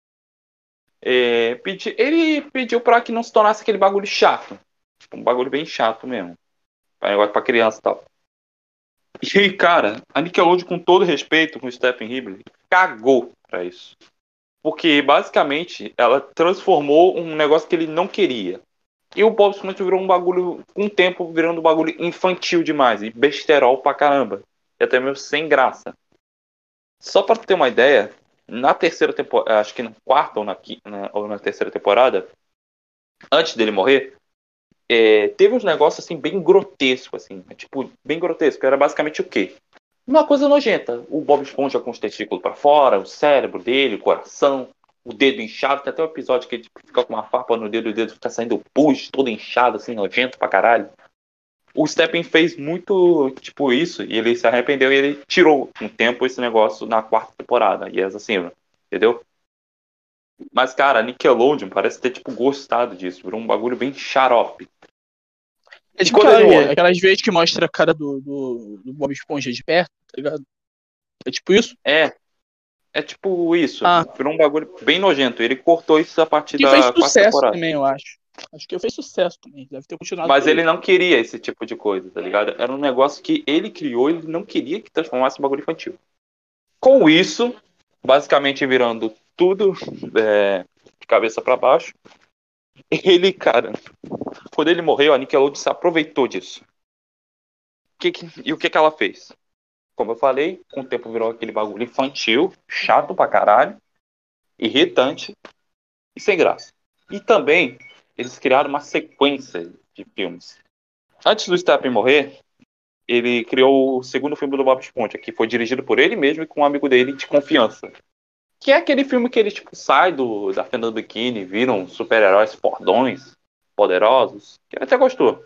é, pedi, ele pediu para que não se tornasse aquele bagulho chato. Tipo, um bagulho bem chato mesmo. Um negócio pra criança e tal. E, cara, a Nickelodeon, com todo respeito com o Stephen Hilary, cagou pra isso. Porque, basicamente, ela transformou um negócio que ele não queria. E o Bob Esponja virou um bagulho, com o tempo, virando um bagulho infantil demais. E besterol pra caramba. E até mesmo sem graça. Só pra ter uma ideia, na terceira temporada, acho que na quarta ou na, na, ou na terceira temporada, antes dele morrer, é, teve uns negócios assim bem grotesco, assim, tipo, bem grotesco. Era basicamente o quê? Uma coisa nojenta. O Bob Esponja com os testículos pra fora, o cérebro dele, o coração, o dedo inchado. Tem até um episódio que ele tipo, fica com uma farpa no dedo e o dedo fica saindo pus, todo inchado, assim, nojento pra caralho. O Stephen fez muito, tipo, isso, e ele se arrependeu e ele tirou um tempo esse negócio na quarta temporada. E é assim, entendeu? Mas, cara, a Nickelodeon parece ter, tipo, gostado disso. Virou um bagulho bem xarope.
É
E
tipo
quando ele
aquelas,
morre,
aquelas vezes que mostra a cara do, do, do Bob Esponja de perto, tá ligado? É tipo isso?
é, é tipo isso.
Ah,
Virou um bagulho bem nojento. Ele cortou isso a partir
que fez
da quarta
sucesso
temporada.
também, eu acho. Acho que fez sucesso também. Deve ter continuado
Mas
por
ele
isso.
não queria esse tipo de coisa, tá ligado? Era um negócio que ele criou, ele não queria que transformasse em bagulho infantil. Com isso, basicamente virando tudo é, de cabeça pra baixo, ele, cara, quando ele morreu, a Nickelodeon se aproveitou disso. Que que- e o que, que ela fez? Como eu falei, com o tempo virou aquele bagulho infantil, chato pra caralho, irritante e sem graça. E também, eles criaram uma sequência de filmes. Antes do Stephen morrer, ele criou o segundo filme do Bob Esponja, que foi dirigido por ele mesmo e com um amigo dele de confiança. Que é aquele filme que ele tipo, sai do, da fenda do biquíni, viram super-heróis fordões, poderosos, que ele até gostou.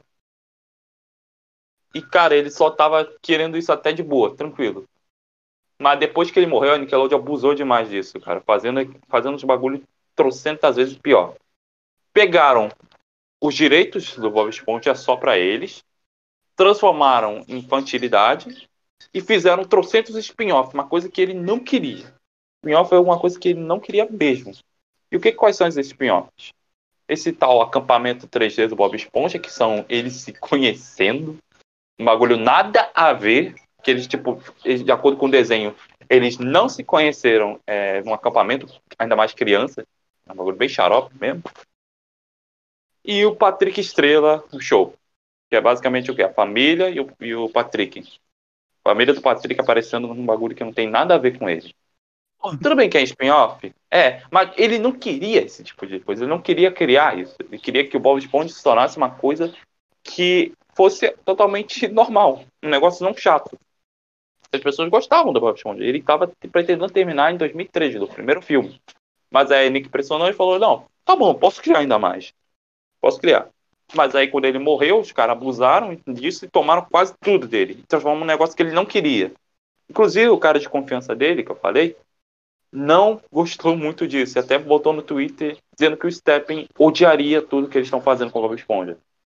E, cara, ele só tava querendo isso até de boa, tranquilo. Mas depois que ele morreu, a Nickelodeon abusou demais disso, cara, fazendo, fazendo os bagulhos trocentas vezes pior. Pegaram os direitos do Bob Esponja só pra eles, transformaram em infantilidade e fizeram trocentos spin-off, uma coisa que ele não queria. Spin-off é uma coisa que ele não queria mesmo. E o que quais são esses spin-offs? Esse tal acampamento três D do Bob Esponja, que são eles se conhecendo, um bagulho nada a ver, que eles, tipo, eles, de acordo com o desenho, eles não se conheceram é, num acampamento, ainda mais criança, é um bagulho bem xarope mesmo. E o Patrick Estrela, o show, que é basicamente o quê? A família e o, e o Patrick. A família do Patrick aparecendo num bagulho que não tem nada a ver com ele. Tudo bem que é spin-off, é, mas ele não queria esse tipo de coisa, ele não queria criar isso. Ele queria que o Bob Esponja se tornasse uma coisa que fosse totalmente normal, um negócio não chato. As pessoas gostavam do Bob Esponja. Ele estava pretendendo terminar em dois mil e treze, no primeiro filme. Mas aí Nick pressionou e falou: não, tá bom, posso criar ainda mais. Posso criar. Mas aí quando ele morreu, os caras abusaram disso e tomaram quase tudo dele. E transformaram num negócio que ele não queria. Inclusive o cara de confiança dele, que eu falei, não gostou muito disso. E até botou no Twitter dizendo que o Stephen odiaria tudo que eles estão fazendo com o Bob Esponja.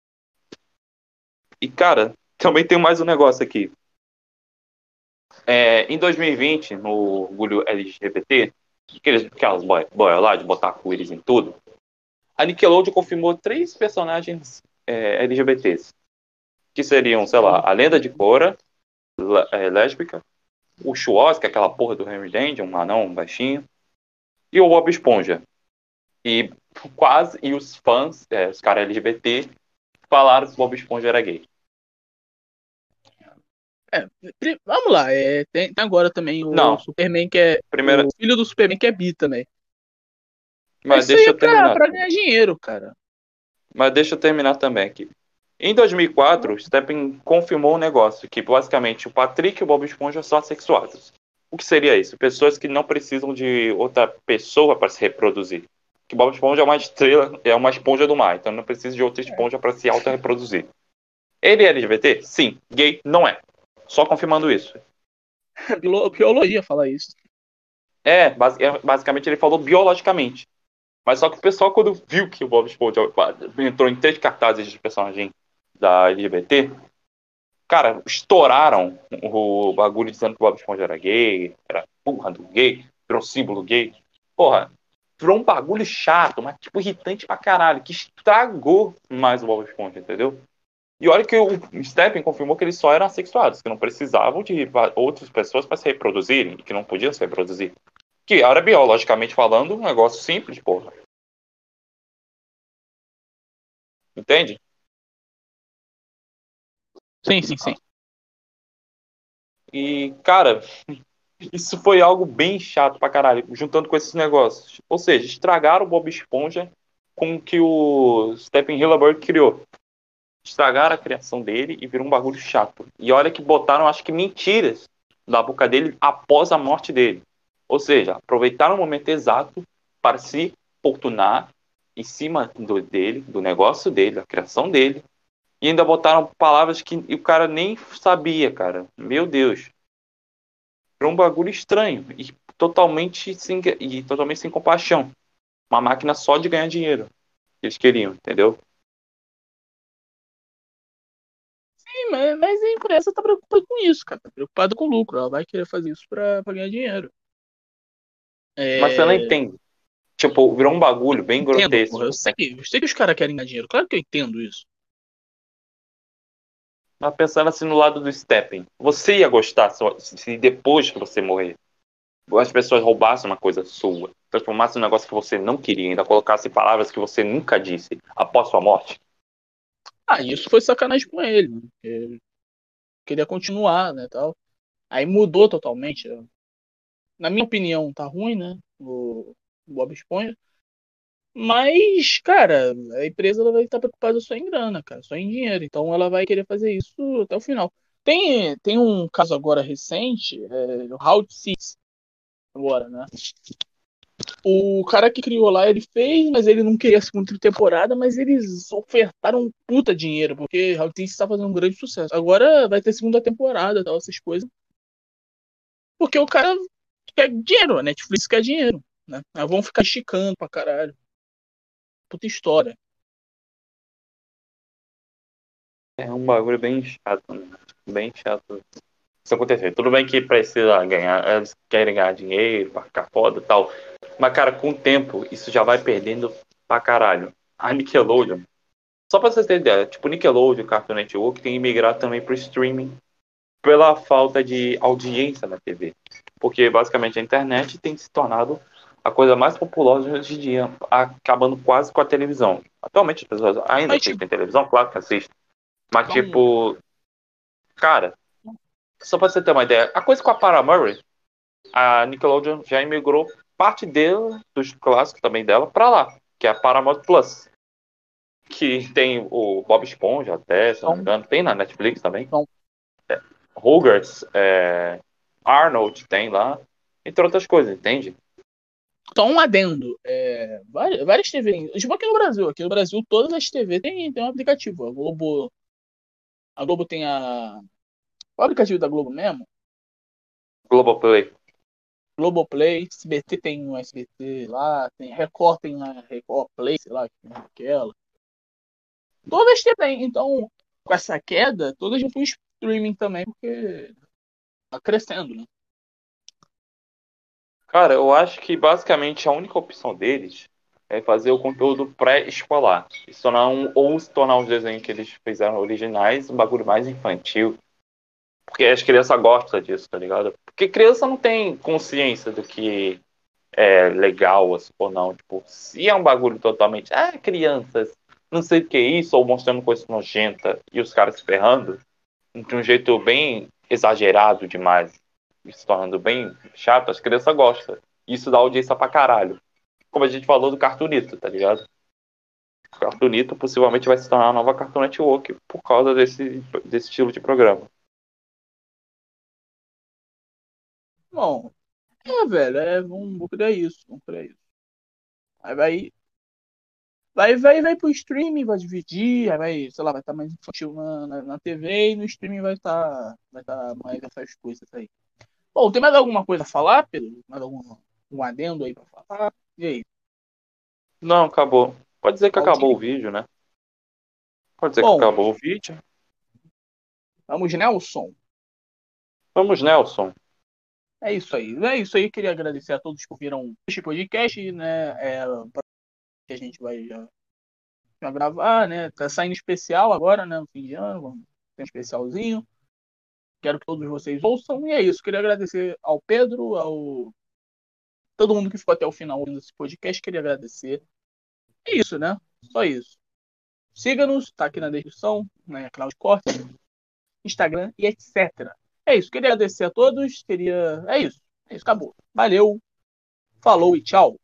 E, cara, também tem mais um negócio aqui. É, em dois mil e vinte, no orgulho L G B T, aqueles, aquelas boias boia lá de botar arco-íris em tudo, a Nickelodeon confirmou três personagens é, L G B Ts. Que seriam, sei lá, a Lenda de Korra, é, lésbica, o Schwartz, que é aquela porra do Henry Danger, um anão, um baixinho, e o Bob Esponja. E quase, e os fãs, é, os caras L G B T, falaram que o Bob Esponja era gay.
É, pri- vamos lá, é, tem, tem agora também o
Não,
Superman que é.
primeira.
O filho do Superman que é bi também. Mas
Mas
isso aí
deixa
é
eu
pra,
terminar.
pra ganhar dinheiro, cara.
Mas deixa eu terminar também aqui. Em dois mil e quatro, o Stephen confirmou um negócio, que basicamente o Patrick e o Bob Esponja são assexuados. O que seria isso? Pessoas que não precisam de outra pessoa para se reproduzir. Que Bob Esponja é uma estrela, é uma esponja do mar, então não precisa de outra esponja para se auto-reproduzir. Ele é L G B T? Sim. Gay? Não é. Só confirmando isso.
Bio- Biologia fala isso.
É, basi- é, basicamente ele falou biologicamente. Mas só que o pessoal, quando viu que o Bob Esponja entrou em três cartazes de personagem da L G B T, cara, estouraram o bagulho dizendo que o Bob Esponja era gay, era porra do gay, virou símbolo gay. Porra, virou um bagulho chato, mas tipo irritante pra caralho, que estragou mais o Bob Esponja, entendeu? E olha que o Stephen confirmou que eles só eram assexuados, que não precisavam de outras pessoas para se reproduzirem, e que não podiam se reproduzir. Que era, biologicamente falando, um negócio simples, porra. Entende?
Sim, sim, sim.
E, cara, isso foi algo bem chato pra caralho, juntando com esses negócios. Ou seja, estragaram o Bob Esponja com o que o Stephen Hillenburg criou. Estragaram a criação dele e virou um bagulho chato. E olha que botaram, acho que mentiras na boca dele após a morte dele. Ou seja, aproveitaram o momento exato para se oportunar em cima do, dele, do negócio dele, da criação dele. E ainda botaram palavras que o cara nem sabia, cara. Meu Deus. Era um bagulho estranho e totalmente sem, e totalmente sem compaixão. Uma máquina só de ganhar dinheiro. Que eles queriam, entendeu?
Sim, mas, mas a empresa tá preocupada com isso, cara. Tá preocupada com lucro. Ela vai querer fazer isso pra, pra ganhar dinheiro.
Mas você não
É...
entende. Tipo, virou um bagulho bem
Entendo,
grotesco.
porra. Eu sei, eu sei que os caras querem ganhar dinheiro. Claro que eu entendo isso.
Mas pensando assim no lado do Steppen, você ia gostar se se depois que você morrer, as pessoas roubassem uma coisa sua, transformassem um negócio que você não queria, ainda colocassem palavras que você nunca disse após sua morte?
Ah, isso foi sacanagem com ele, né? Porque queria continuar, né, tal. Aí mudou totalmente. Na minha opinião, tá ruim, né? O o Bob Esponja. Mas, cara, a empresa ela vai estar preocupada só em grana, cara, só em dinheiro. Então ela vai querer fazer isso até o final. Tem, tem um caso agora recente, é, o Round Six agora, né? O cara que criou lá, ele fez, mas ele não queria a segunda temporada, mas eles ofertaram um puta dinheiro, porque Round Six está fazendo um grande sucesso. Agora vai ter segunda temporada, tal, essas coisas. Porque o cara quer dinheiro, a Netflix quer dinheiro, né? Aí vão ficar esticando pra caralho. Puta história.
É um bagulho bem chato, né? Bem chato isso acontecer. Tudo bem que precisa ganhar, eles querem ganhar dinheiro, pra ficar foda e tal. Mas, cara, com o tempo, isso já vai perdendo pra caralho. A Nickelodeon, só pra vocês terem ideia, tipo, Nickelodeon, Cartoon Network tem que migrar também pro streaming pela falta de audiência na T V. Porque, basicamente, a internet tem se tornado a coisa mais populosa hoje em dia, acabando quase com a televisão. Atualmente, as pessoas ainda
Mas, tipo,
assistem televisão, claro que assistem. Mas,
vamos.
tipo, cara, só pra você ter uma ideia, a coisa com a Paramount, a Nickelodeon já imigrou parte dela, dos clássicos também dela, pra lá, que é a Paramount Plus. Que tem o Bob Esponja até, se eu não me
Então,
engano. Tem na Netflix também.
então,
Rugrats, é, Arnold tem lá, entre outras coisas, entende?
então um adendo. É, várias, várias T V. Tipo aqui no Brasil. Aqui no Brasil, todas as T V tem, tem um aplicativo. A Globo. A Globo tem a. Qual é o aplicativo da Globo mesmo?
Globoplay.
Globoplay. S B T tem um S B T lá. Tem Record tem a Record Play, sei lá, que é aquela. Todas tem. Então, com essa queda, todas já pro streaming também, porque tá crescendo, né?
Cara, eu acho que basicamente a única opção deles é fazer o conteúdo pré-escolar. E se tornar um, ou se tornar os desenhos que eles fizeram originais um bagulho mais infantil. Porque as crianças gostam disso, tá ligado? Porque criança não tem consciência do que é legal assim, ou não. Tipo, se é um bagulho totalmente. Ah, crianças, não sei o que é isso, ou mostrando coisa nojenta e os caras se ferrando, de um jeito bem exagerado demais, e se tornando bem chato, as crianças gostam. Isso dá audiência pra caralho. Como a gente falou do Cartoonito, tá ligado? O Cartoonito possivelmente vai se tornar a nova Cartoon Network por causa desse, desse estilo de programa.
Bom, é, velho, é, vamos, vamos criar isso, vamos criar isso. Aí vai, vai, vai, vai pro streaming, vai dividir, aí vai, sei lá, vai estar mais infantil na, na, na T V e no streaming vai estar vai estar mais essas coisas aí. Bom, tem mais alguma coisa a falar, Pedro? Mais algum um adendo aí pra falar? E aí?
Não, acabou. Pode dizer que acabou o
Valdir?
vídeo, né? Pode dizer que
Bom,
acabou o vídeo.
vamos, Nelson.
Vamos, Nelson.
É isso aí. É isso aí. Queria agradecer a todos que viram este podcast, né? É, que a gente vai já, já gravar, né? Tá saindo especial agora, né? No fim de ano, vamos ter um especialzinho. Quero que todos vocês ouçam. E é isso. Queria agradecer ao Pedro, ao todo mundo que ficou até o final ouvindo esse podcast. Queria agradecer. É isso, né? Só isso. Siga-nos, tá aqui na descrição, né? Canal de corte, Instagram e etcétera. É isso. Queria agradecer a todos. Queria. É isso. É isso. Acabou. Valeu. Falou e tchau.